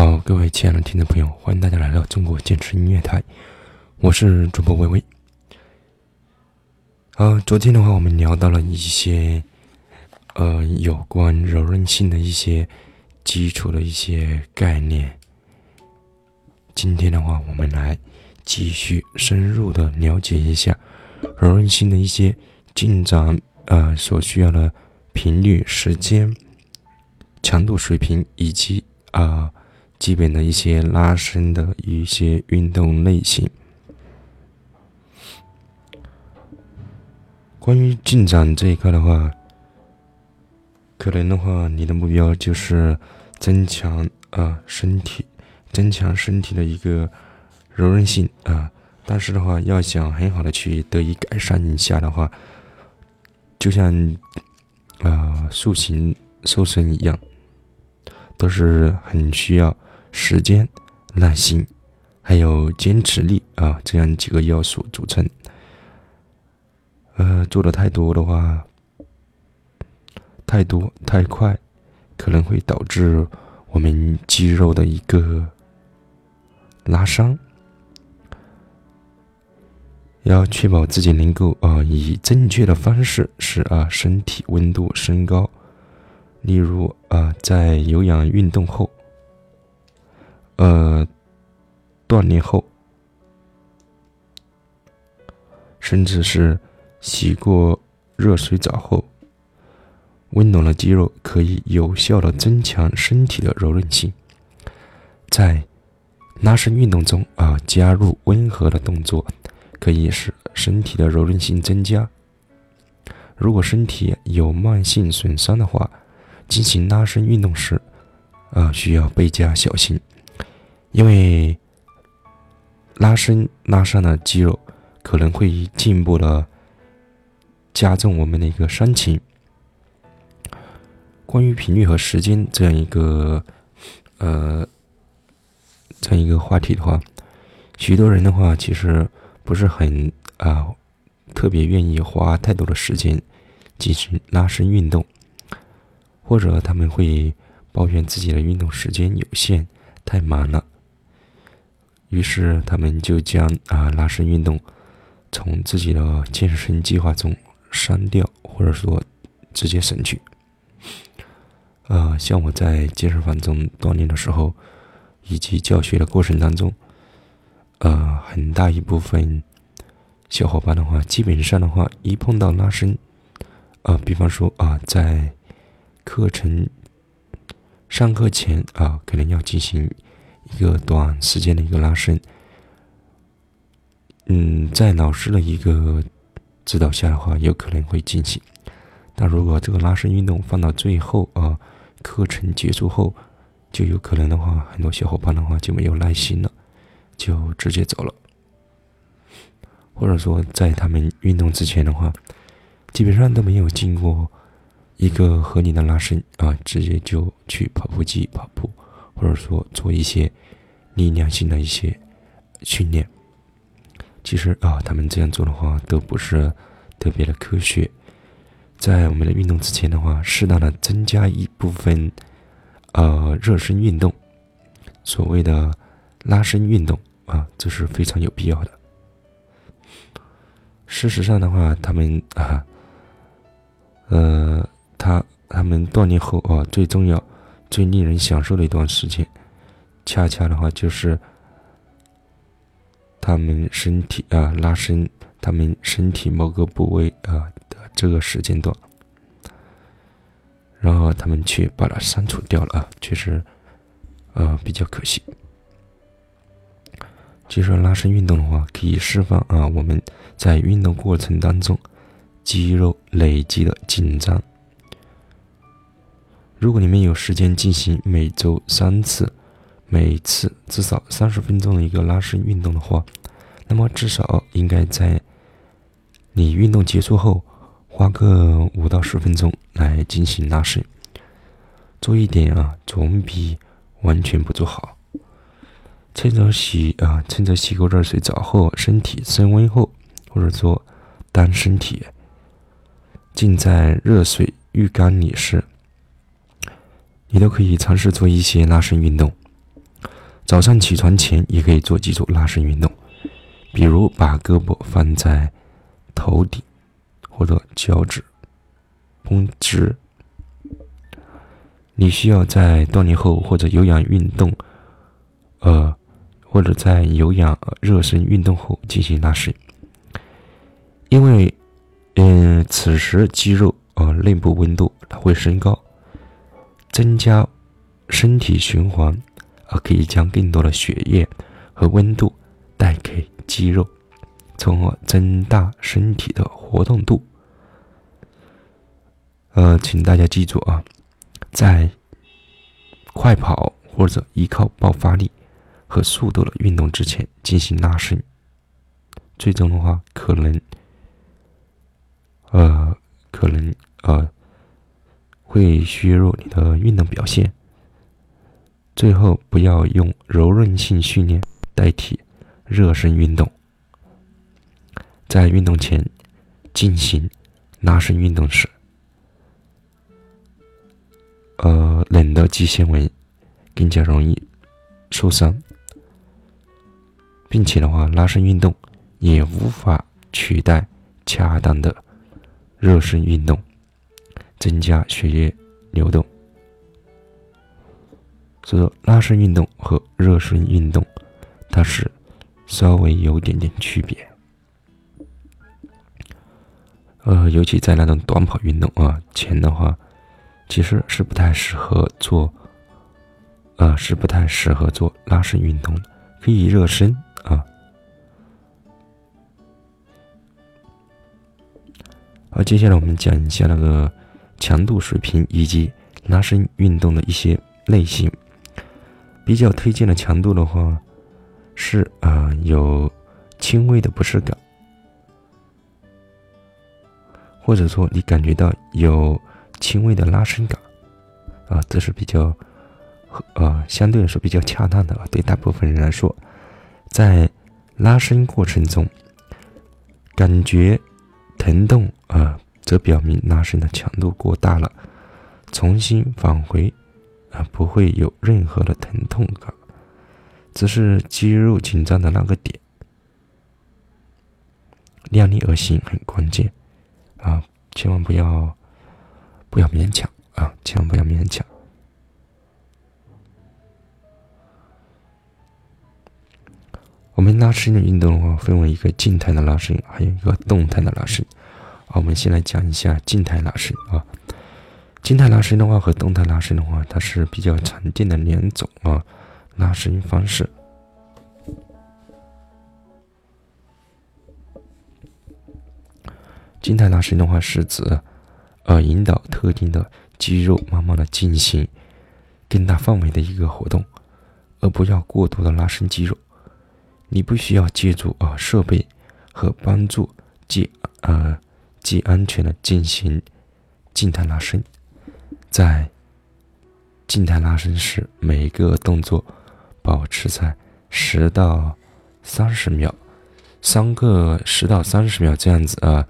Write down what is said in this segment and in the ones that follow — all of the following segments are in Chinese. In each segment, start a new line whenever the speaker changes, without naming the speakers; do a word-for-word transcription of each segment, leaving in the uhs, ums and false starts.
好，各位亲爱的听众朋友，欢迎大家来到中国健身音乐台，我是主播微微。好，昨天的话，我们聊到了一些呃有关柔韧性的一些基础的一些概念。今天的话，我们来继续深入的了解一下柔韧性的一些进展，呃所需要的频率、时间、强度水平以及啊。呃基本的一些拉伸的一些运动类型。关于进展这一块的话，可能的话，你的目标就是增强啊身体，增强身体的一个柔韧性啊。但是的话，要想很好的去得以改善一下的话，就像啊塑形瘦身一样，都是很需要时间、耐心还有坚持力啊，这样几个要素组成。呃，做的太多的话，太多太快，可能会导致我们肌肉的一个拉伤。要确保自己能够啊、呃，以正确的方式使啊身体温度升高。例如啊、呃，在有氧运动后。呃，锻炼后，甚至是洗过热水澡后，温暖的肌肉可以有效的增强身体的柔韧性。在拉伸运动中啊，加入温和的动作，可以使身体的柔韧性增加。如果身体有慢性损伤的话，进行拉伸运动时，啊，需要倍加小心。因为拉伸拉伤的肌肉可能会进一步的加重我们的一个伤情。关于频率和时间这样一个呃这样一个话题的话，许多人的话其实不是很啊、呃、特别愿意花太多的时间进行拉伸运动，或者他们会抱怨自己的运动时间有限，太忙了。于是他们就将啊拉伸运动从自己的健身计划中删掉，或者说直接省去。呃，像我在健身房中锻炼的时候，以及教学的过程当中，呃，很大一部分小伙伴的话，基本上的话，一碰到拉伸，啊、呃，比方说啊、呃，在课程上课前啊、呃，可能要进行一个短时间的一个拉伸，嗯，在老师的一个指导下的话，有可能会进行。但如果这个拉伸运动放到最后啊，课程结束后，就有可能的话，很多小伙伴的话就没有耐心了，就直接走了。或者说，在他们运动之前的话，基本上都没有经过一个合理的拉伸啊，直接就去跑步机跑步。或者说做一些力量性的一些训练，其实啊，他们这样做的话都不是特别的科学。在我们的运动之前的话，适当的增加一部分呃热身运动，所谓的拉伸运动啊，这是非常有必要的。事实上的话，他们啊，呃，他他们锻炼后啊，最重要。最令人享受的一段时间，恰恰的话就是他们身体啊拉伸他们身体某个部位啊的这个时间段，然后他们却把它删除掉了啊，确实呃比较可惜。其实拉伸运动的话，可以释放啊我们在运动过程当中肌肉累积的紧张。如果你们有时间进行每周三次，每次至少三十分钟的一个拉伸运动的话，那么至少应该在你运动结束后花个五到十分钟来进行拉伸。做一点啊，总比完全不做好。趁着洗啊，趁着洗过热水澡后，身体升温后，或者说当身体浸在热水浴缸里时，你都可以尝试做一些拉伸运动。 早上起床前也可以做几组拉伸运动，比如把胳膊放在头顶或者脚趾绷直。你需要在锻炼后或者有氧运动，呃，或者在有氧热身运动后进行拉伸，因为，嗯、呃，此时肌肉呃内部温度它会升高，增加身体循环，而可以将更多的血液和温度带给肌肉，从而增大身体的活动度。呃，请大家记住啊，在快跑或者依靠爆发力和速度的运动之前进行拉伸，最终的话可能，呃，可能呃会削弱你的运动表现。最后，不要用柔韧性训练代替热身运动。在运动前进行拉伸运动时，呃，冷的肌纤维更加容易受伤，并且的话，拉伸运动也无法取代恰当的热身运动，增加血液流动。所以说，拉伸运动和热身运动，它是稍微有点点区别。呃，尤其在那种短跑运动啊前的话，其实是不太适合做，呃，是不太适合做拉伸运动的，可以热身啊。好，接下来我们讲一下那个强度水平以及拉伸运动的一些类型。比较推荐的强度的话，是呃有轻微的不适感，或者说你感觉到有轻微的拉伸感，啊，这是比较，呃，相对来说比较恰当的。对大部分人来说，在拉伸过程中感觉疼痛啊、呃，则表明拉伸的强度过大了，重新返回啊、呃，不会有任何的疼痛感，只是肌肉紧张的那个点。量力而行很关键啊，千万不要不要勉强啊，千万不要勉强。我们拉伸的运动的话，分为一个静态的拉伸，还有一个动态的拉伸。好，我们先来讲一下静态拉伸啊。静态拉伸的话和动态拉伸的话，它是比较常见的两种啊拉伸方式。静态拉伸的话，是指呃引导特定的肌肉慢慢的进行更大范围的一个活动，而不要过度的拉伸肌肉。你不需要借助啊、呃、设备和帮助既呃既安全的进行静态拉伸。在静态拉伸时，每个动作保持在十到三十秒，三个十到三十秒这样子啊，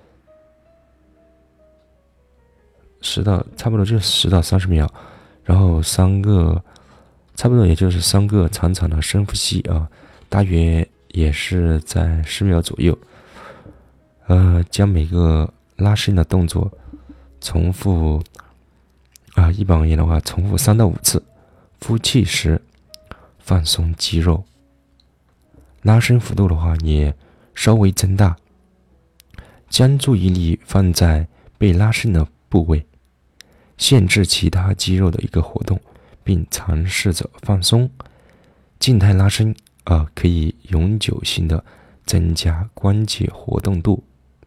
十到差不多就是十到三十秒，然后三个差不多也就是三个长长的深呼吸啊。大约也是在十秒左右，呃，将每个拉伸的动作重复，啊、呃，一般而言的话，重复三到五次。呼气时放松肌肉，拉伸幅度的话也稍微增大，将注意力放在被拉伸的部位，限制其他肌肉的一个活动，并尝试着放松。静态拉伸啊、呃，可以永久性的增加关节活动度。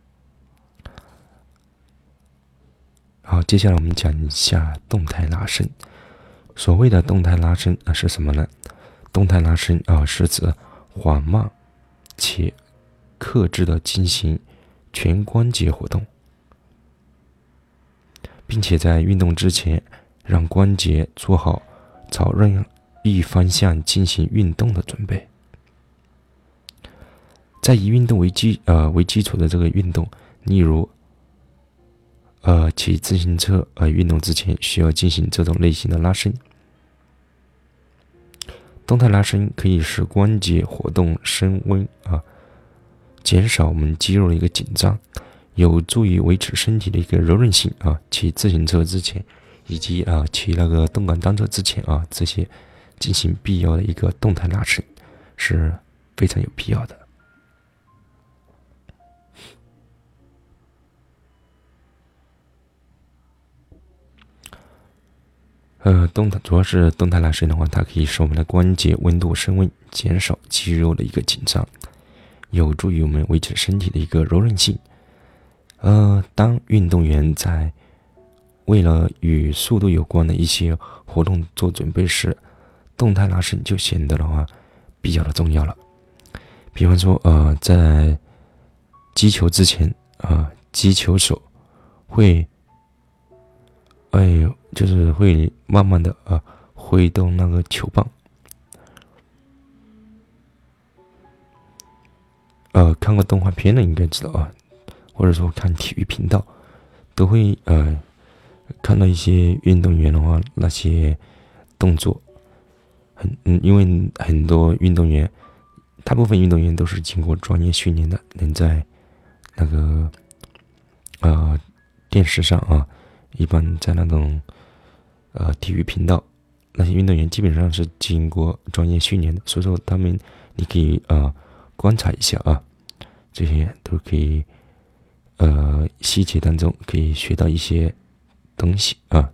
好，接下来我们讲一下动态拉伸。所谓的动态拉伸啊是什么呢？动态拉伸啊是指缓慢且克制的进行全关节活动，并且在运动之前让关节做好朝任意方向进行运动的准备。在以运动为基呃为基础的这个运动，例如呃骑自行车呃运动之前需要进行这种类型的拉伸。 动态拉伸可以使关节活动升温啊，减少我们肌肉的一个紧张，有助于维持身体的一个柔韧性啊。骑自行车之前，以及啊骑那个动感单车之前啊，这些进行必要的一个动态拉伸是非常有必要的。呃，动态主要是动态拉伸的话，它可以使我们的关节温度升温，减少肌肉的一个紧张，有助于我们维持身体的一个柔韧性。呃，当运动员在为了与速度有关的一些活动做准备时，动态拉伸就显得的话比较的重要了。比方说，呃，在击球之前，啊、呃，击球手会，哎呦，就是会慢慢的啊、呃、挥动那个球棒。呃，看过动画片的应该知道啊，或者说看体育频道，都会呃看到一些运动员的话，那些动作很嗯，因为很多运动员，大部分运动员都是经过专业训练的，能在那个呃电视上啊，一般在那种呃体育频道，那些运动员基本上是经过专业训练的，所以说他们你可以呃观察一下啊，这些都可以呃细节当中可以学到一些东西啊。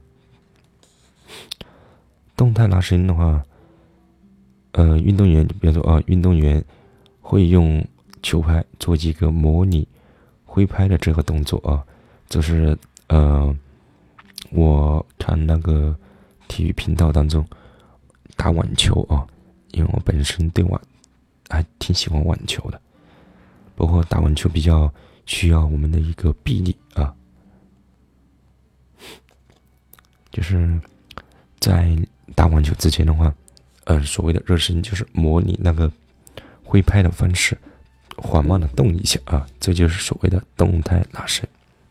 动态拉伸的话，呃，运动员比如说啊，运动员会用球拍做几个模拟挥拍的这个动作啊，就是呃，我看那个体育频道当中打网球啊，因为我本身对网还挺喜欢网球的，包括打网球比较需要我们的一个臂力啊，就是在打网球之前的话，呃，所谓的热身就是模拟那个挥拍的方式，缓慢的动一下啊，这就是所谓的动态拉伸。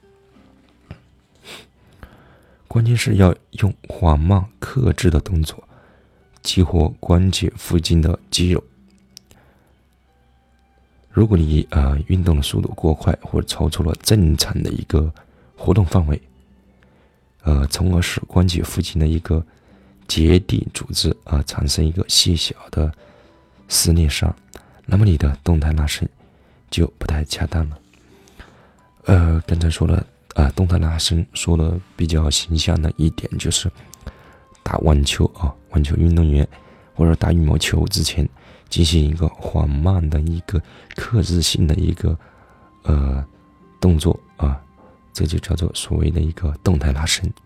关键是要用缓慢克制的动作激活关节附近的肌肉。如果你呃运动的速度过快，或者超出了正常的一个活动范围，呃，从而使关节附近的一个结缔组织啊、呃、产生一个细小的撕裂伤，那么你的动态拉伸就不太恰当了。呃，刚才说了啊、呃，动态拉伸说的比较形象的一点就是打网球啊，网球运动员或者打羽毛球之前进行一个缓慢的一个克制性的一个呃动作啊，这就叫做所谓的一个动态拉伸。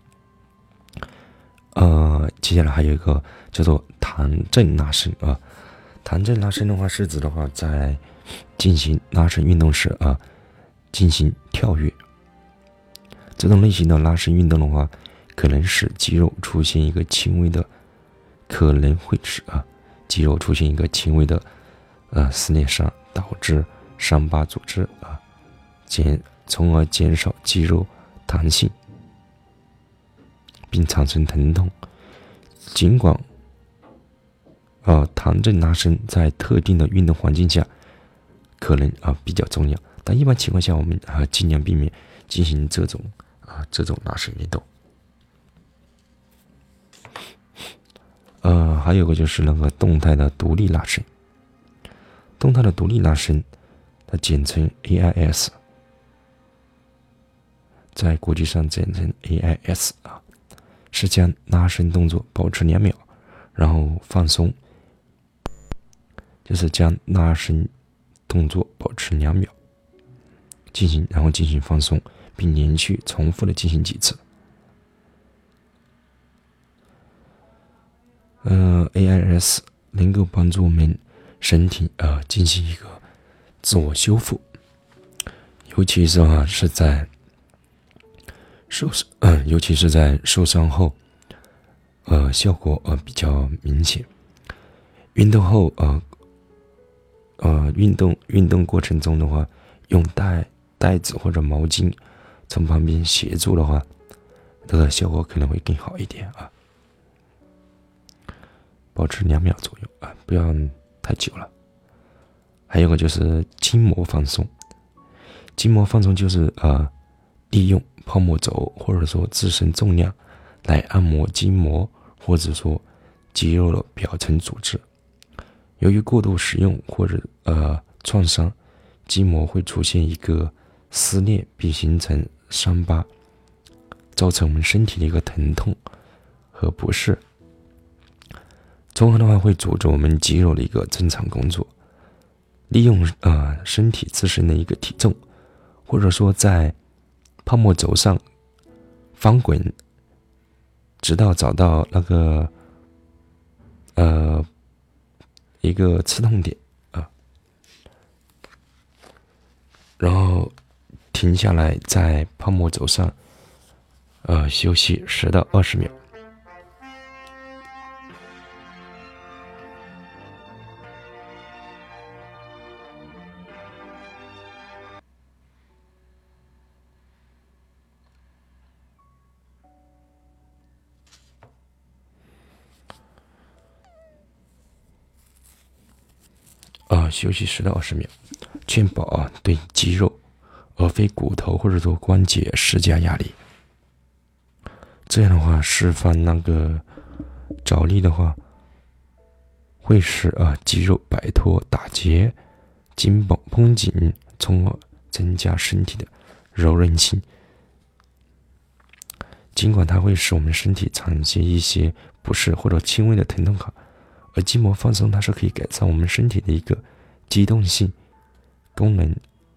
呃，接下来还有一个叫做弹正拉伸啊。弹正拉伸的话是指的话在进行拉伸运动时啊，进行跳跃。这种类型的拉伸运动的话，可能使肌肉出现一个轻微的，可能会使啊肌肉出现一个轻微的呃撕裂伤，导致伤疤组织啊减，从而减少肌肉弹性，并产生疼痛。尽管呃弹正拉伸在特定的运动环境下可能啊比较重要，但一般情况下我们啊尽量避免进行这种啊这种拉伸运动。呃，还有个就是那个动态的独立拉伸，动态的独立拉伸，它简称 A I S， 在国际上简称 A I S 啊，是将拉伸动作保持两秒，然后放松，就是将拉伸动作保持两秒，进行然后进行放松，并连续重复的进行几次。呃 ，A I S 能够帮助我们身体呃进行一个自我修复，尤其是啊是在受呃尤其是在受伤后，呃效果呃比较明显。运动后呃呃运动运动过程中的话，用袋袋子或者毛巾从旁边协助的话，这个效果可能会更好一点啊。 保持两秒左右啊，不要太久了。还有个就是筋膜放松，筋膜放松就是呃利用泡沫轴或者说自身重量来按摩筋膜或者说肌肉的表层组织。由于过度使用或者呃创伤，筋膜会出现一个撕裂并形成伤疤，造成我们身体的一个疼痛和不适。综合的话会阻止我们肌肉的一个正常工作。利用呃身体自身的一个体重，或者说在泡沫轴上翻滚，直到找到那个呃一个刺痛点啊，然后停下来，在泡沫轴上呃休息十到二十秒。啊，休息十到二十秒，确保啊对肌肉而非骨头或者说关节施加压力。这样的话，释放那个着力的话，会使啊肌肉摆脱打结、紧绷绷紧，从而增加身体的柔韧性。尽管它会使我们身体产生一些不适或者轻微的疼痛感，而筋膜放松它是可以改善我们身体的一个机动性、功能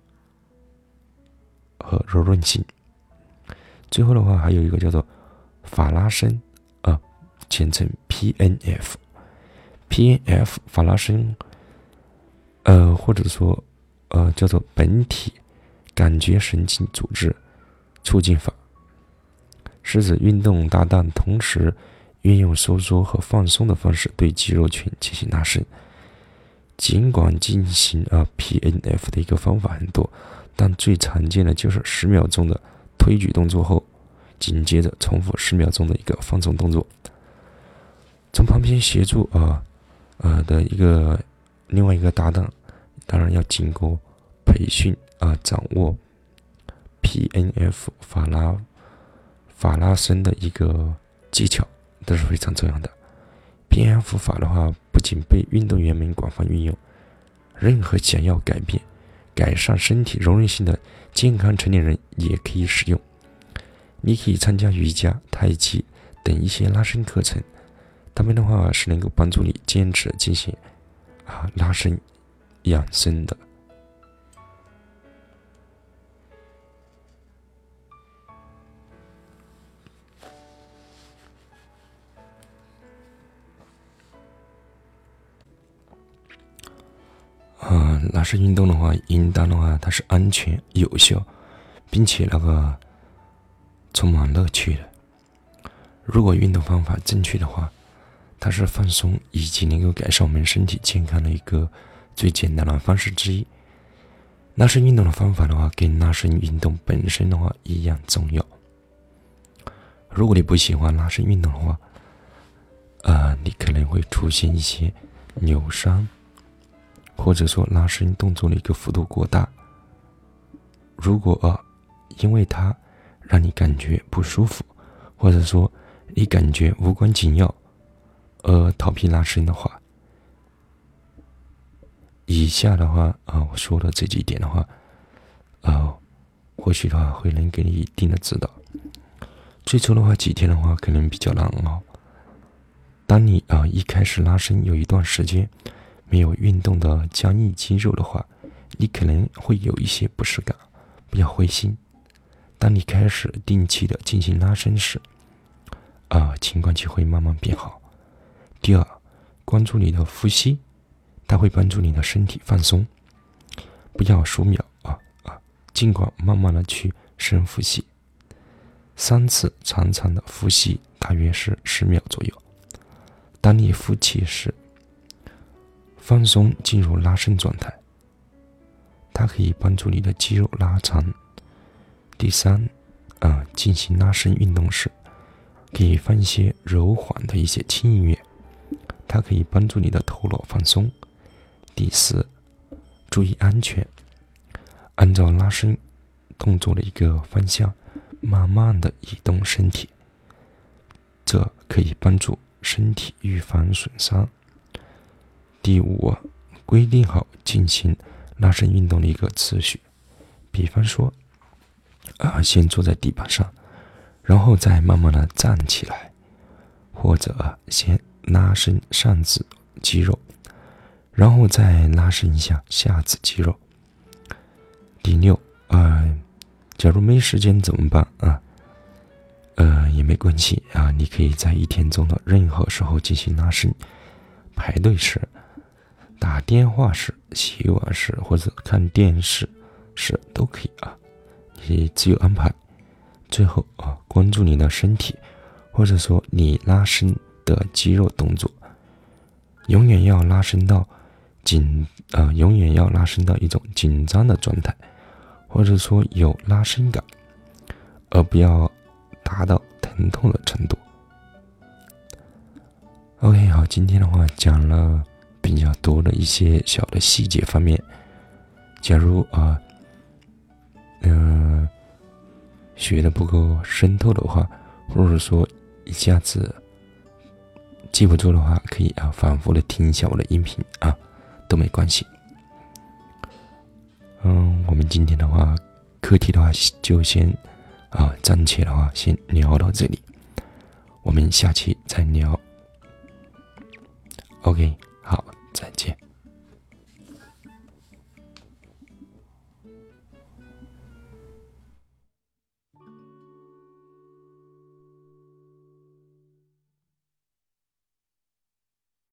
和柔韧性。最后的话还有一个叫做法拉伸啊，简称 P N F。P N F 法拉伸，呃，或者说呃叫做本体感觉神经组织促进法，是指运动搭档同时运用收缩和放松的方式对肌肉群进行拉伸。尽管进行啊 P N F 的一个方法很多，但最常见的就是十秒钟的推举动作后，紧接着重复十秒钟的一个放松动作。从旁边协助啊呃的一个另外一个搭档，当然要经过培训啊，掌握 P N F 法拉法拉伸的一个技巧，这是非常重要的。P N F 法的话，不仅被运动员们广泛运用，任何想要改变、改善身体柔韧性的健康成年人也可以使用。你可以参加瑜伽、太极等一些拉伸课程，他们的话是能够帮助你坚持进行啊拉伸养生的。啊，拉伸运动的话，应当的话，它是安全、有效，并且那个充满乐趣的。如果运动方法正确的话，它是放松以及能够改善我们身体健康的一个最简单的方式之一。拉伸运动的方法的话，跟拉伸运动本身的话一样重要。如果你不喜欢拉伸运动的话，呃，你可能会出现一些扭伤，或者说拉伸动作的一个幅度过大。如果啊，因为它让你感觉不舒服，或者说你感觉无关紧要而逃避拉伸的话，以下的话啊，我说的这几点的话啊，或许的话会能给你一定的指导。最初的话几天的话可能比较难熬，当你啊一开始拉伸有一段时间没有运动的僵硬肌肉的话，你可能会有一些不适感，不要灰心。当你开始定期的进行拉伸时，啊，情况就会慢慢变好。第二，关注你的呼吸，它会帮助你的身体放松。不要数秒啊啊，尽管慢慢的去深呼吸，三次长长的呼吸，大约是十秒左右。当你呼气时，放松进入拉伸状态，它可以帮助你的肌肉拉长。第三，啊，进行拉伸运动时，可以放一些柔缓的一些轻音乐， 它可以帮助你的头脑放松。第四，注意安全，按照拉伸动作的一个方向，慢慢的移动身体，这可以帮助身体预防损伤。第五，规定好进行拉伸运动的一个次序，比方说，啊，先坐在地板上，然后再慢慢的站起来，或者先拉伸上肢肌肉，然后再拉伸一下下肢肌肉。第六，呃，假如没时间怎么办啊？呃，也没关系啊，你可以在一天中的任何时候进行拉伸，排队时、打电话时、洗碗时或者看电视时都可以啊，你自由安排。最后啊，关注你的身体，或者说你拉伸的肌肉动作，永远要拉伸到紧呃，永远要拉伸到一种紧张的状态，或者说有拉伸感，而不要达到疼痛的程度。OK， 好，今天的话讲了比较多的一些小的细节方面。假如啊，嗯、呃，学的不够深透的话，或者说一下子记不住的话，可以啊反复的听一下我的音频啊，都没关系。嗯，我们今天的话，课题的话就先啊，暂且的话先聊到这里，我们下期再聊。OK。